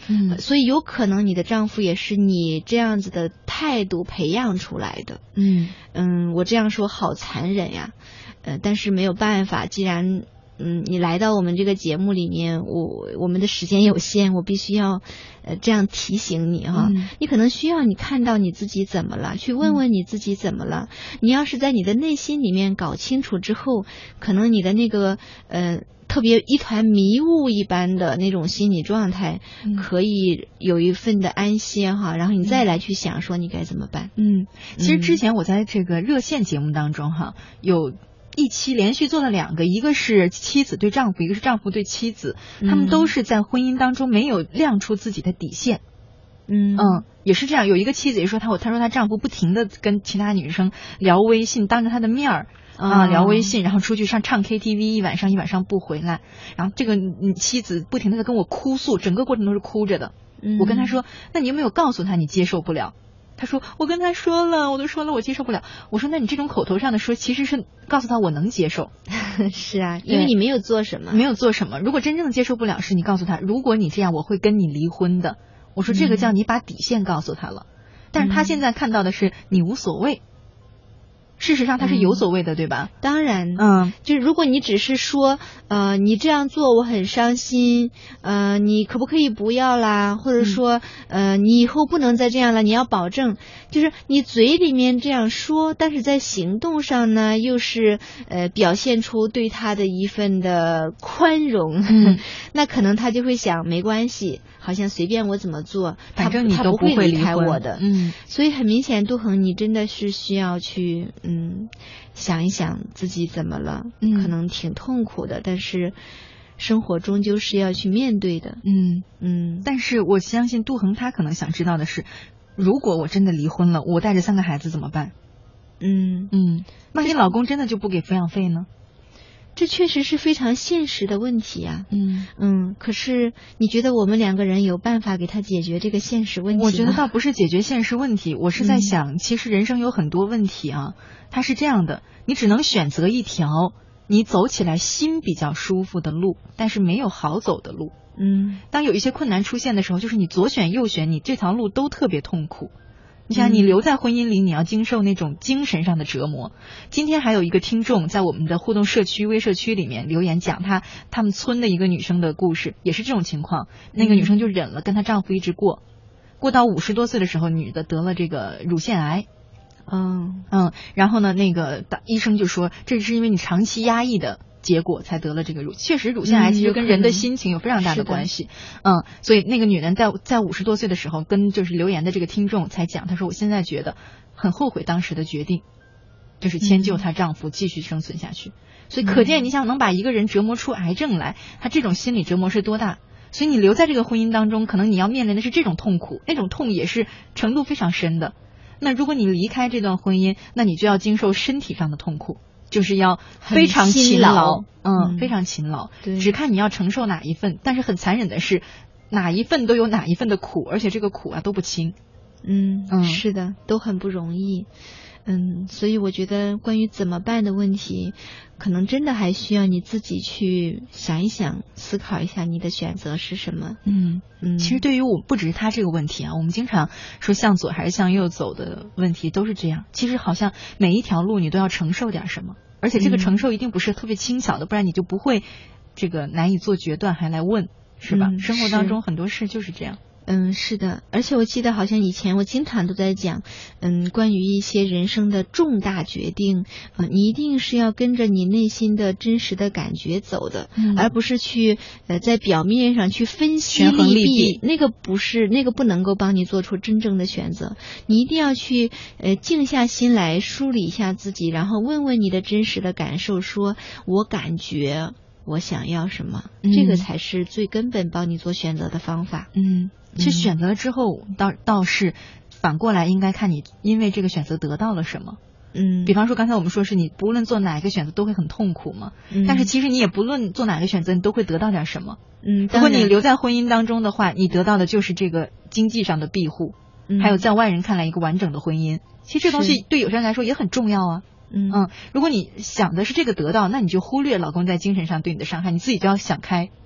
嗯， 所以有可能你的丈夫也是你这样子的态度培养出来的。 嗯嗯，我这样说好残忍呀，呃，但是没有办法，既然嗯你来到我们这个节目里面，我我们的时间有限，我必须要呃这样提醒你哈、 嗯， 你可能需要你看到你自己怎么了，去问问你自己怎么了。嗯、你要是在你的内心里面搞清楚之后，可能你的那个呃。特别一团迷雾一般的那种心理状态， 嗯、 可以有一份的安歇哈，然后你再来去想说你该怎么办。 嗯，其实之前我在这个热线节目当中哈，有一期连续做了两个，一个是妻子对丈夫，一个是丈夫对妻子，他们都是在婚姻当中没有亮出自己的底线。 嗯嗯，也是这样。有一个妻子也说她，她说她丈夫不停的跟其他女生聊微信，当着她的面儿。啊，聊微信，然后出去上唱 K T V， 一晚上一晚上不回来，然后这个妻子不停的在跟我哭诉，整个过程都是哭着的。 嗯、 我跟他说，那你有没有告诉他你接受不了？他说我跟他说了，我都说了我接受不了。我说那你这种口头上的说，其实是告诉他我能接受。 是啊，因为你没有做什么， 没有做什么。如果真正的接受不了，是你告诉他，如果你这样，我会跟你离婚的。我说这个叫你把底线告诉他了，嗯、但是他现在看到的是你无所谓。事实上他是有所谓的、嗯、对吧？ 当然， 嗯， 就是如果你只是说呃你这样做我很伤心，呃你可不可以不要啦，或者说、嗯、呃你以后不能再这样了，你要保证，就是你嘴里面这样说，但是在行动上呢又是呃表现出对他的一份的宽容， 嗯、 那可能他就会想没关系，好像随便我怎么做， 反正你都不会离开我的。嗯， 所以很明显，杜恒，你真的是需要去嗯想一想自己怎么了， 嗯， 可能挺痛苦的，但是生活终究是要去面对的。 嗯嗯， 但是我相信杜恒他可能想知道的是，如果我真的离婚了，我带着三个孩子怎么办？ 嗯嗯，万一老公真的就不给抚养费呢？ 这确实是非常现实的问题啊。 嗯嗯，可是你觉得我们两个人有办法给他解决这个现实问题吗？ 我觉得倒不是解决现实问题，我是在想、嗯、其实人生有很多问题啊，它是这样的，你只能选择一条你走起来心比较舒服的路，但是没有好走的路。 嗯， 当有一些困难出现的时候，就是你左选右选，你这条路都特别痛苦。你想，你留在婚姻里，你要经受那种精神上的折磨。今天还有一个听众在我们的互动社区微社区里面留言，讲他他们村的一个女生的故事，也是这种情况。那个女生就忍了，跟她丈夫一直过，过到五十多岁的时候，女的得了这个乳腺癌。 嗯嗯，然后呢，那个医生就说，这是因为你长期压抑的结果才得了这个乳，确实乳腺癌其实跟人的心情有非常大的关系。嗯，所以那个女人在在五十多岁的时候，跟就是留言的这个听众才讲，她说我现在觉得很后悔当时的决定，就是迁就她丈夫继续生存下去。嗯、所以可见，你想能把一个人折磨出癌症来，他这种心理折磨是多大？所以你留在这个婚姻当中，可能你要面临的是这种痛苦，那种痛也是程度非常深的。那如果你离开这段婚姻，那你就要经受身体上的痛苦。就是要非常勤劳，嗯，非常勤劳，只看你要承受哪一份。但是很残忍的是，哪一份都有哪一份的苦，而且这个苦啊都不轻。 嗯嗯，是的，都很不容易。嗯，所以我觉得关于怎么办的问题，可能真的还需要你自己去想一想，思考一下你的选择是什么。 嗯嗯，其实对于我不只是他这个问题啊，我们经常说向左还是向右走的问题都是这样。其实好像每一条路你都要承受点什么，而且这个承受一定不是特别轻巧的，不然你就不会这个难以做决断还来问，是吧？ 嗯、 生活当中很多事就是这样。 嗯，是的，而且我记得好像以前我经常都在讲，嗯，关于一些人生的重大决定，嗯，你一定是要跟着你内心的真实的感觉走的， 嗯、 而不是去呃在表面上去分析利弊，那个不是那个不能够帮你做出真正的选择。你一定要去呃静下心来梳理一下自己，然后问问你的真实的感受，说我感觉我想要什么， 嗯、 这个才是最根本帮你做选择的方法。 嗯。其实选择了之后，倒倒是反过来应该看你因为这个选择得到了什么。 嗯， 比方说刚才我们说是你不论做哪一个选择都会很痛苦嘛， 嗯， 但是其实你也不论做哪个选择，你都会得到点什么。 嗯， 如果你留在婚姻当中的话，你得到的就是这个经济上的庇护， 嗯， 还有在外人看来一个完整的婚姻。其实这东西对有些人来说也很重要啊。 嗯嗯，如果你想的是这个得到，那你就忽略老公在精神上对你的伤害，你自己就要想开。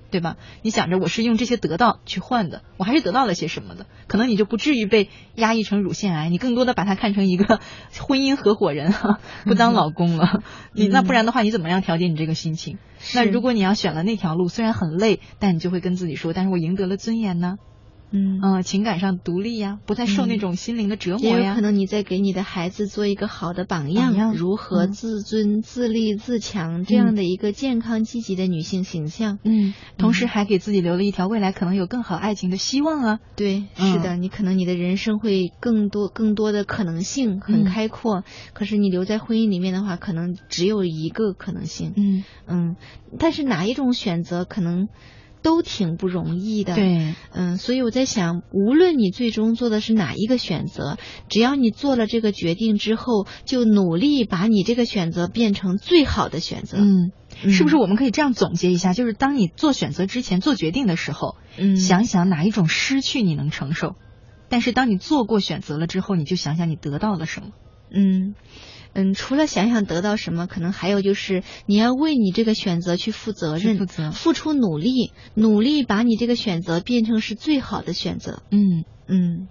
对吧？你想着我是用这些得到去换的，我还是得到了些什么的，可能你就不至于被压抑成乳腺癌，你更多的把它看成一个婚姻合伙人哈，不当老公了。嗯、你那不然的话，你怎么样调节你这个心情？那如果你要选了那条路，虽然很累，但你就会跟自己说，但是我赢得了尊严呢。 嗯呃，情感上独立呀，不再受那种心灵的折磨呀。 也有可能你在给你的孩子做一个好的榜样， 榜样如何自尊、嗯、自立、自强这样的一个健康积极的女性形象。 嗯，同时还给自己留了一条未来可能有更好爱情的希望啊。 对， 嗯、 是的，你可能你的人生会更多更多的可能性，很开阔。嗯、可是你留在婚姻里面的话，可能只有一个可能性。 嗯嗯，但是哪一种选择可能都挺不容易的。 对， 嗯，所以我在想，无论你最终做的是哪一个选择，只要你做了这个决定之后，就努力把你这个选择变成最好的选择。 嗯，嗯是不是我们可以这样总结一下？就是当你做选择之前做决定的时候， 嗯， 想想哪一种失去你能承受，但是当你做过选择了之后，你就想想你得到了什么。 嗯。嗯，除了想想得到什么，可能还有就是你要为你这个选择去负责任， 负责， 付出努力，努力把你这个选择变成是最好的选择。 嗯嗯。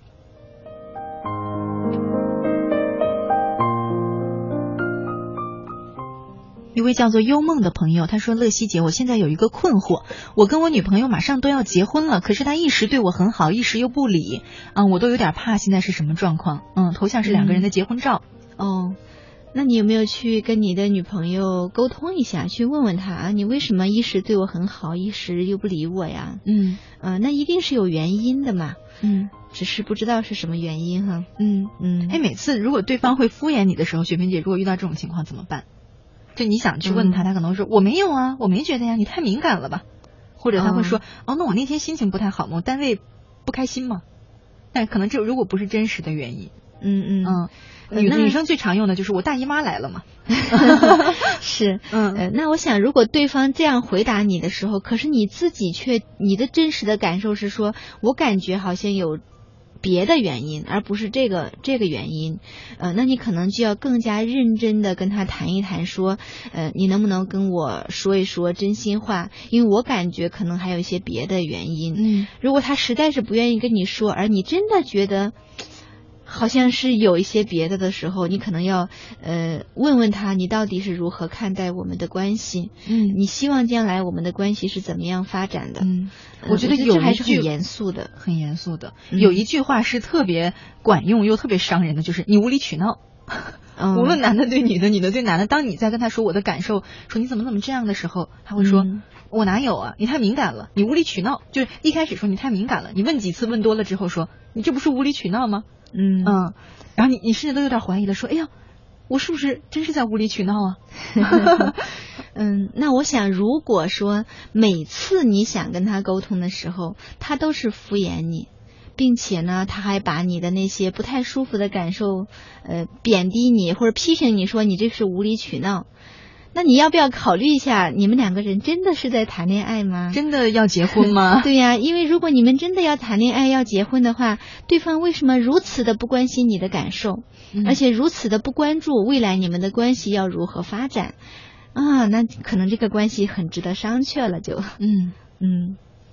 一位叫做幽梦的朋友，他说：乐西姐，我现在有一个困惑，我跟我女朋友马上都要结婚了，可是她一时对我很好，一时又不理，嗯，我都有点怕现在是什么状况。嗯，头像是两个人的结婚照。 嗯哦，那你有没有去跟你的女朋友沟通一下，去问问她啊，你为什么一时对我很好，一时又不理我呀？ 嗯， 呃，那一定是有原因的嘛。 嗯， 只是不知道是什么原因哈。 嗯嗯， 哎，每次如果对方会敷衍你的时候，雪萍姐，如果遇到这种情况怎么办？就你想去问他，嗯、他可能说我没有啊，我没觉得呀，你太敏感了吧？或者他会说、嗯、哦，那我那天心情不太好嘛，我单位不开心嘛。但可能这如果不是真实的原因。 嗯嗯嗯。女女生最常用的就是我大姨妈来了嘛。 是， 嗯、 呃，那我想如果对方这样回答你的时候，可是你自己却你的真实的感受是说，我感觉好像有别的原因，而不是这个这个原因，呃，那你可能就要更加认真的跟他谈一谈，说，呃，你能不能跟我说一说真心话？因为我感觉可能还有一些别的原因。 嗯， 如果他实在是不愿意跟你说，而你真的觉得好像是有一些别的的时候，你可能要呃问问他，你到底是如何看待我们的关系？ 嗯， 你希望将来我们的关系是怎么样发展的？ 嗯， 呃、 我觉得有这还是很严肃的， 很严肃的。 嗯、 有一句话是特别管用又特别伤人的，就是你无理取闹。 嗯、 无论男的对女的，女的对男的，当你在跟他说我的感受，说你怎么怎么这样的时候，他会说、嗯、我哪有啊，你太敏感了，你无理取闹。就是一开始说你太敏感了，你问几次问多了之后说你这不是无理取闹吗？ 嗯嗯，然后你你甚至都有点怀疑了，说哎呀，我是不是真是在无理取闹啊？ 嗯，那我想，如果说每次你想跟他沟通的时候，他都是敷衍你，并且呢，他还把你的那些不太舒服的感受，呃，贬低你或者批评你说你这是无理取闹。那你要不要考虑一下，你们两个人真的是在谈恋爱吗？ 真的要结婚吗？ 对呀、啊，因为如果你们真的要谈恋爱要结婚的话，对方为什么如此的不关心你的感受， 嗯、 而且如此的不关注未来你们的关系要如何发展啊？那可能这个关系很值得商榷了就。 嗯嗯。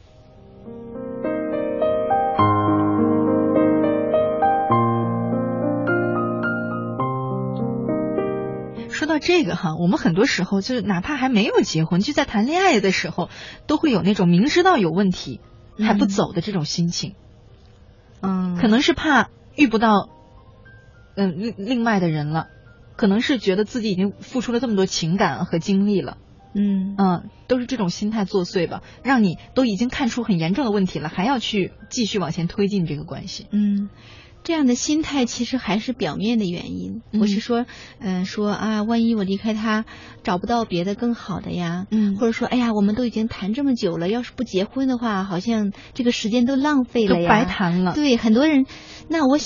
说到这个哈，我们很多时候就是哪怕还没有结婚，就在谈恋爱的时候，都会有那种明知道有问题还不走的这种心情。 嗯， 可能是怕遇不到嗯另另外的人了，可能是觉得自己已经付出了这么多情感和精力了。 嗯嗯，都是这种心态作祟吧，让你都已经看出很严重的问题了，还要去继续往前推进这个关系。 嗯。这样的心态其实还是表面的原因。 嗯、 我是说，嗯、呃，说啊，万一我离开他，找不到别的更好的呀， 嗯， 或者说，哎呀，我们都已经谈这么久了，要是不结婚的话，好像这个时间都浪费了呀， 都白谈了。 对，很多人，那我想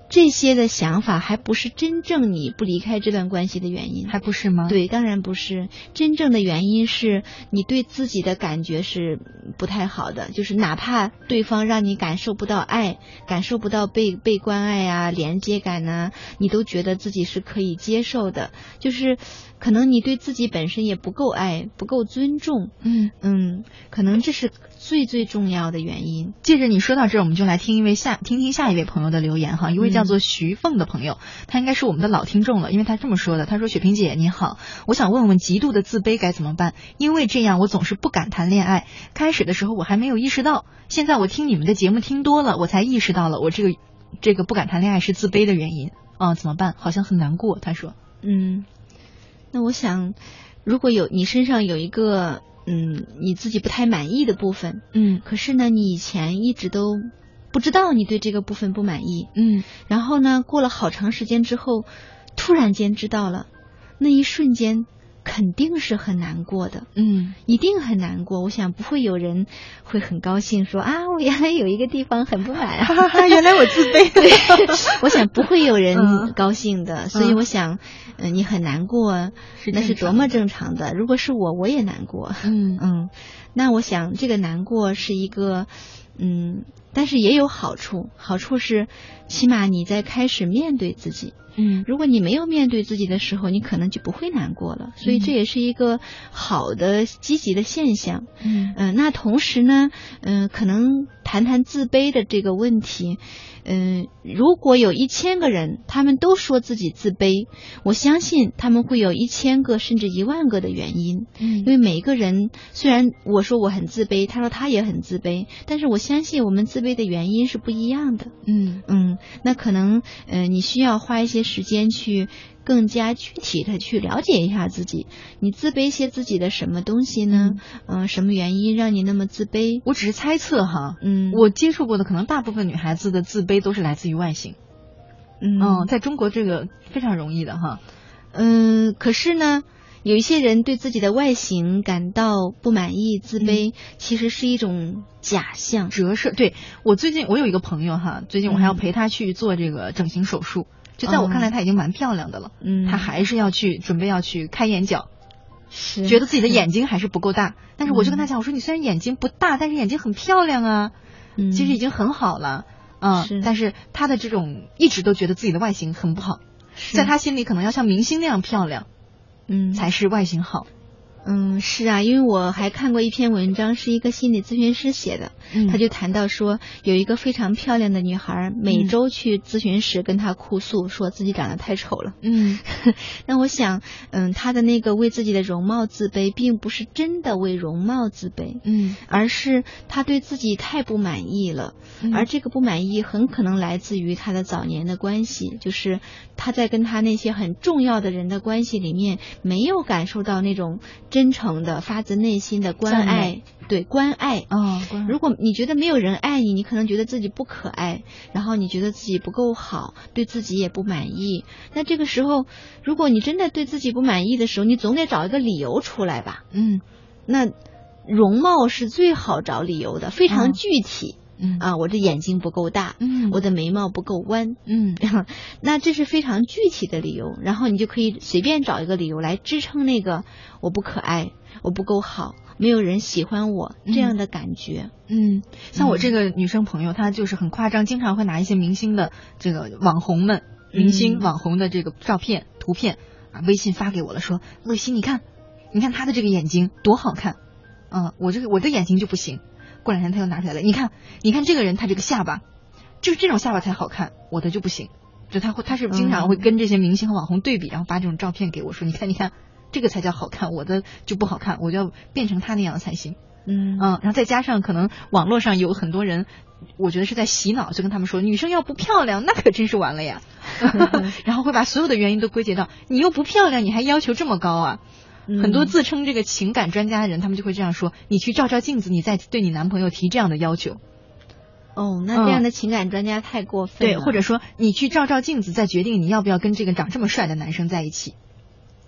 这些的想法还不是真正你不离开这段关系的原因。 还不是吗？ 对，当然不是。真正的原因是你对自己的感觉是不太好的，就是哪怕对方让你感受不到爱，感受不到被被关爱啊、连接感啊，你都觉得自己是可以接受的。就是可能你对自己本身也不够爱，不够尊重。 嗯嗯，可能这是最最重要的原因。 接着你说到这儿，我们就来听一位下听听下一位朋友的留言哈，一位叫做徐凤的朋友，他应该是我们的老听众了，因为他这么说的，他说：雪萍姐你好，我想问问极度的自卑该怎么办？因为这样我总是不敢谈恋爱，开始的时候我还没有意识到，现在我听你们的节目听多了，我才意识到了我这个这个不敢谈恋爱是自卑的原因啊，怎么办？好像很难过。他说， 嗯，那我想，如果有你身上有一个嗯你自己不太满意的部分， 嗯， 可是呢，你以前一直都不知道你对这个部分不满意， 嗯， 然后呢，过了好长时间之后，突然间知道了，那一瞬间肯定是很难过的， 嗯， 一定很难过。我想不会有人会很高兴说啊，我原来有一个地方很不满啊， 原来我自卑。 对，我想不会有人高兴的，嗯、所以我想，嗯、呃，你很难过， 是那是多么正常的。如果是我，我也难过。 嗯嗯，那我想这个难过是一个，嗯，但是也有好处，好处是起码你在开始面对自己。 嗯， 如果你没有面对自己的时候，你可能就不会难过了，所以这也是一个好的、积极的现象。 嗯嗯、呃，那同时呢，嗯、呃，可能谈谈自卑的这个问题。嗯、呃，如果有一千个人，他们都说自己自卑，我相信他们会有一千个甚至一万个的原因。 嗯， 因为每一个人，虽然我说我很自卑，他说他也很自卑，但是我相信我们自卑的原因是不一样的。 嗯嗯，那可能呃，你需要花一些时间去更加具体的去了解一下自己，你自卑些自己的什么东西呢？嗯、呃，什么原因让你那么自卑？ 我只是猜测哈， 嗯， 我接触过的可能大部分女孩子的自卑都是来自于外形。 嗯， 嗯，在中国这个非常容易的哈。 嗯，可是呢，有一些人对自己的外形感到不满意、自卑，嗯、其实是一种假象、 折射。对，我最近我有一个朋友哈，最近我还要陪他去做这个整形手术。嗯就在我看来，她已经蛮漂亮的了。 嗯， 她还是要去准备要去开眼角， 是觉得自己的眼睛还是不够大。但是我就跟她讲，我说你虽然眼睛不大，但是眼睛很漂亮啊， 嗯， 其实已经很好了。嗯， 是但是她的这种一直都觉得自己的外形很不好，在她心里可能要像明星那样漂亮， 嗯， 才是外形好。 嗯，是啊，因为我还看过一篇文章，是一个心理咨询师写的， 嗯， 他就谈到说，有一个非常漂亮的女孩，每周去咨询室跟她哭诉，说自己长得太丑了。 嗯， 那我想，嗯，她的那个为自己的容貌自卑，并不是真的为容貌自卑， 嗯， 而是她对自己太不满意了， 嗯， 而这个不满意很可能来自于她的早年的关系，就是她在跟她那些很重要的人的关系里面，没有感受到那种真诚的发自内心的关爱，对关爱啊、哦。 如果你觉得没有人爱你，你可能觉得自己不可爱，然后你觉得自己不够好，对自己也不满意。那这个时候，如果你真的对自己不满意的时候，你总得找一个理由出来吧。 嗯， 那容貌是最好找理由的，非常具体。 嗯嗯啊，我这眼睛不够大， 嗯， 我的眉毛不够弯， 嗯， 那这是非常具体的理由，然后你就可以随便找一个理由来支撑那个我不可爱，我不够好，没有人喜欢我这样的感觉。 嗯，像我这个女生朋友，她就是很夸张，经常会拿一些明星的这个网红们、明星网红的这个照片、图片啊，微信发给我了，说乐西，你看，你看她的这个眼睛多好看，嗯，我这个我的眼睛就不行。过两天他又拿出来了，你看，你看这个人他这个下巴，就是这种下巴才好看，我的就不行。就他会，他是经常会跟这些明星和网红对比，然后发这种照片给我说，你看，你看，这个才叫好看，我的就不好看，我就要变成他那样才行。 嗯嗯，然后再加上可能网络上有很多人，我觉得是在洗脑，就跟他们说，女生要不漂亮，那可真是完了呀。然后会把所有的原因都归结到你又不漂亮，你还要求这么高啊。很多自称这个情感专家的人，他们就会这样说，你去照照镜子，你再对你男朋友提这样的要求。 哦，那这样的情感专家太过分了。 对，或者说你去照照镜子，再决定你要不要跟这个长这么帅的男生在一起。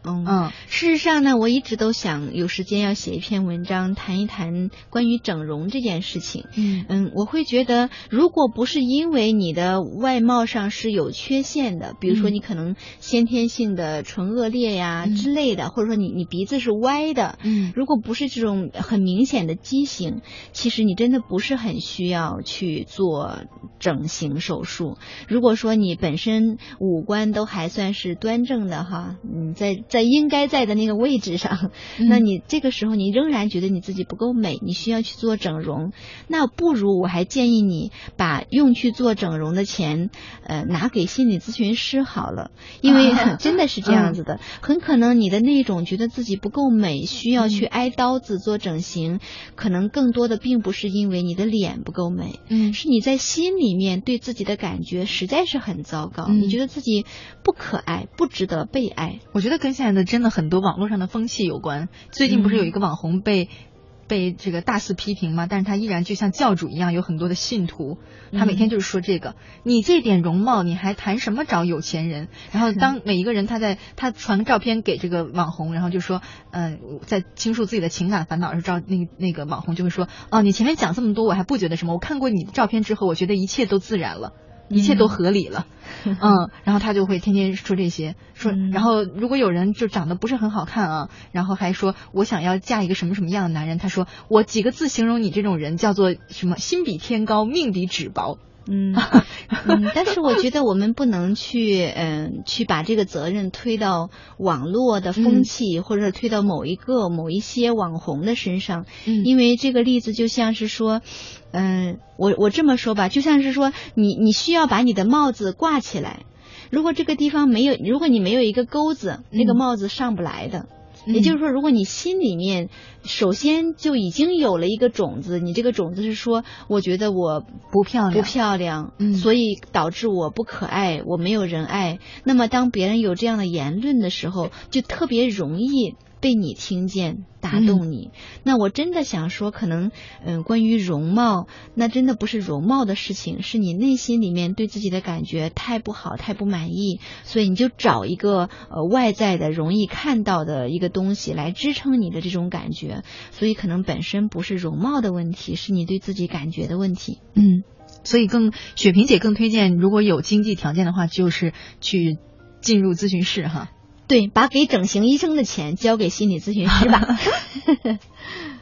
嗯嗯，事实上呢，我一直都想有时间要写一篇文章，谈一谈关于整容这件事情。嗯嗯，我会觉得，如果不是因为你的外貌上是有缺陷的，比如说你可能先天性的唇腭裂呀、嗯、之类的，或者说你你鼻子是歪的，嗯，如果不是这种很明显的畸形，其实你真的不是很需要去做整形手术。如果说你本身五官都还算是端正的哈，嗯，在在应该在的那个位置上，嗯、那你这个时候你仍然觉得你自己不够美，你需要去做整容，那不如我还建议你把用去做整容的钱，呃，拿给心理咨询师好了，因为、啊、真的是这样子的、嗯，很可能你的那种觉得自己不够美，需要去挨刀子做整形，嗯、可能更多的并不是因为你的脸不够美，嗯，是你在心里面对自己的感觉实在是很糟糕，嗯、你觉得自己不可爱，不值得被爱。 我觉得跟现在的真的很多网络上的风气有关。最近不是有一个网红被、嗯、被这个大肆批评吗？但是他依然就像教主一样有很多的信徒，他每天就是说这个、嗯、你这点容貌你还谈什么找有钱人。然后当每一个人他在他传照片给这个网红，然后就说嗯、呃，在倾诉自己的情感烦恼时，照那那个网红就会说哦，你前面讲这么多我还不觉得什么，我看过你的照片之后我觉得一切都自然了，一切都合理了。嗯, 嗯，然后他就会天天说这些，说，然后如果有人就长得不是很好看啊，然后还说我想要嫁一个什么什么样的男人，他说我几个字形容你这种人叫做什么，心比天高，命比纸薄。 嗯嗯，但是我觉得我们不能去嗯、呃、去把这个责任推到网络的风气、嗯、或者推到某一个某一些网红的身上、嗯、因为这个例子就像是说嗯、呃、我我这么说吧，就像是说你你需要把你的帽子挂起来，如果这个地方没有，如果你没有一个钩子、嗯、那个帽子上不来的。也就是说，如果你心里面首先就已经有了一个种子，你这个种子是说，我觉得我不漂亮， 不漂亮，嗯，所以导致我不可爱，我没有人爱。那么当别人有这样的言论的时候，就特别容易被你听见，打动你、嗯、那我真的想说，可能嗯，关于容貌，那真的不是容貌的事情，是你内心里面对自己的感觉太不好，太不满意，所以你就找一个呃外在的容易看到的一个东西来支撑你的这种感觉，所以可能本身不是容貌的问题，是你对自己感觉的问题。 嗯，所以更雪萍姐更推荐，如果有经济条件的话，就是去进入咨询室哈。 对，把给整形医生的钱交给心理咨询师吧。